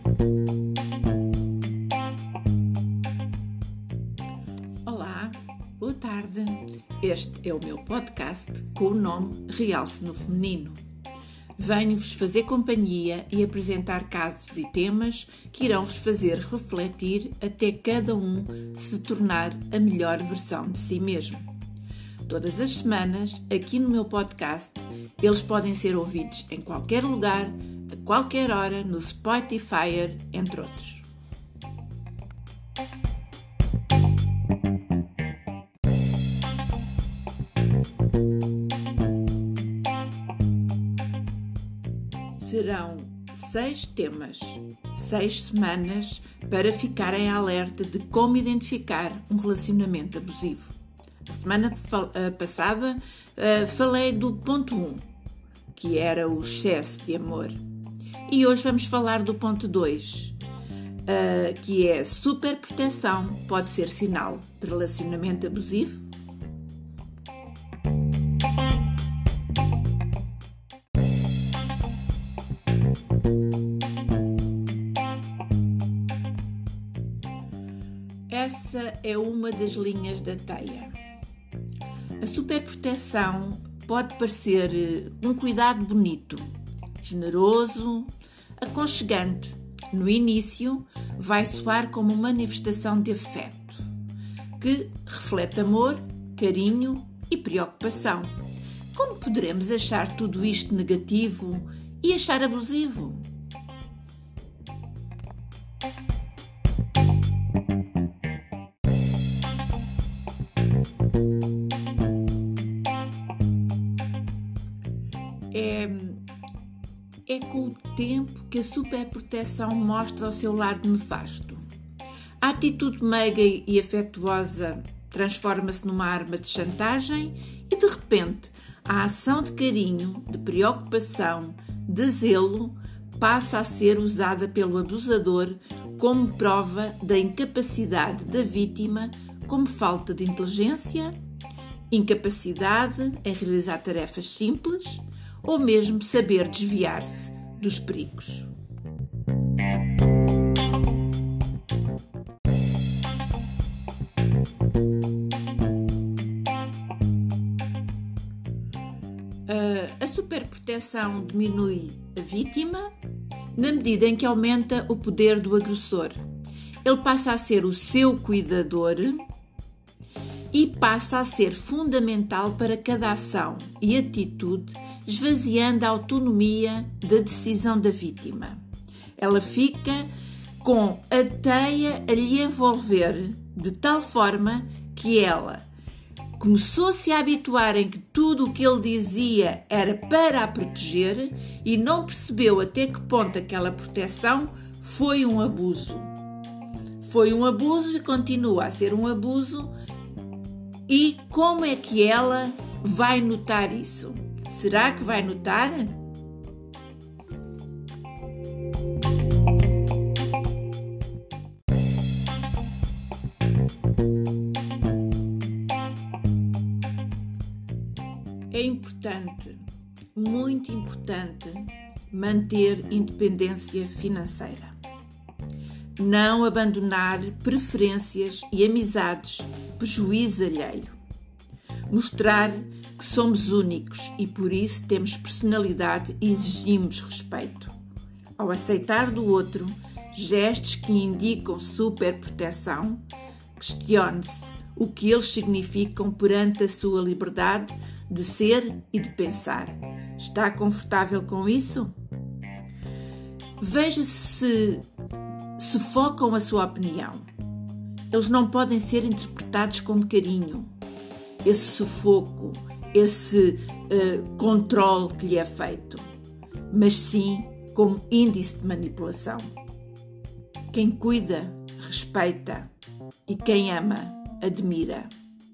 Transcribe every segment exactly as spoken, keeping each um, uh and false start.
Olá, boa tarde. Este é o meu podcast com o nome Realce no Feminino. Venho-vos fazer companhia e apresentar casos e temas que irão vos fazer refletir até cada um se tornar a melhor versão de si mesmo. Todas as semanas, aqui no meu podcast, eles podem ser ouvidos em qualquer lugar, a qualquer hora, no Spotify, entre outros. Serão seis temas, seis semanas para ficarem alerta de como identificar um relacionamento abusivo. A semana passada uh, falei do ponto um, que era o excesso de amor. E hoje vamos falar do ponto dois, uh, que é superproteção pode ser sinal de relacionamento abusivo? Essa é uma das linhas da teia. A superproteção pode parecer um cuidado bonito, generoso, aconchegante. No início, vai soar como uma manifestação de afeto, que reflete amor, carinho e preocupação. Como poderemos achar tudo isto negativo e achar abusivo? É, é com o tempo que a superproteção mostra o seu lado nefasto. A atitude meiga e afetuosa transforma-se numa arma de chantagem e, de repente, a ação de carinho, de preocupação, de zelo passa a ser usada pelo abusador como prova da incapacidade da vítima, como falta de inteligência, incapacidade em realizar tarefas simples, ou mesmo saber desviar-se dos perigos. A superproteção diminui a vítima na medida em que aumenta o poder do agressor. Ele passa a ser o seu cuidador e passa a ser fundamental para cada ação e atitude, esvaziando a autonomia da decisão da vítima. Ela fica com a teia a lhe envolver de tal forma que ela começou-se a habituar em que tudo o que ele dizia era para a proteger e não percebeu até que ponto aquela proteção foi um abuso. Foi um abuso e continua a ser um abuso. E como é que ela vai notar isso? Será que vai notar? É importante, muito importante, manter independência financeira. Não abandonar preferências e amizades por juízo alheio. Mostrar que somos únicos e por isso temos personalidade e exigimos respeito. Ao aceitar do outro gestos que indicam superproteção, questione-se o que eles significam perante a sua liberdade de ser e de pensar. Está confortável com isso? Veja se se focam a sua opinião. Eles não podem ser interpretados como carinho. Esse sufoco, esse uh, controle que lhe é feito, mas sim como índice de manipulação. Quem cuida, respeita e quem ama, admira.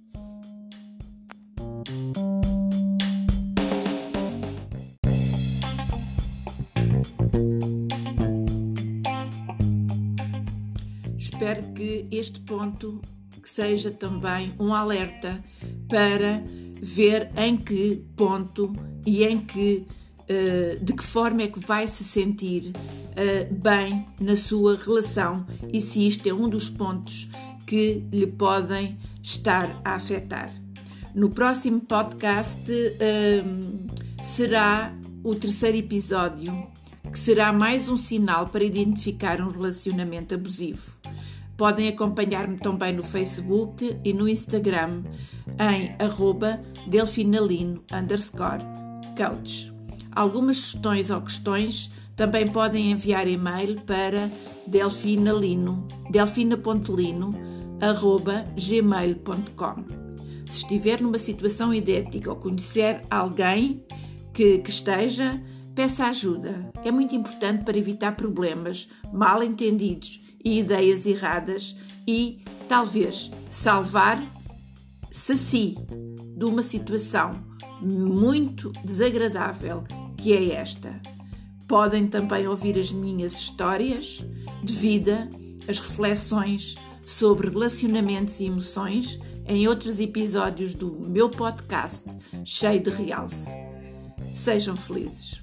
Espero que este ponto que seja também um alerta para ver em que ponto e em que, uh, de que forma é que vai se sentir uh, bem na sua relação e se isto é um dos pontos que lhe podem estar a afetar. No próximo podcast uh, será o terceiro episódio, que será mais um sinal para identificar um relacionamento abusivo. Podem acompanhar-me também no Facebook e no Instagram em arroba delfinalino underscore coach. Algumas sugestões ou questões também podem enviar e-mail para delfinalino, delfina.lino arroba gmail ponto com. Se estiver numa situação idêntica ou conhecer alguém que, que esteja, peça ajuda. É muito importante para evitar problemas, mal-entendidos e ideias erradas e, talvez, salvar-se a si de uma situação muito desagradável que é esta. Podem também ouvir as minhas histórias de vida, as reflexões sobre relacionamentos e emoções em outros episódios do meu podcast cheio de realce. Sejam felizes.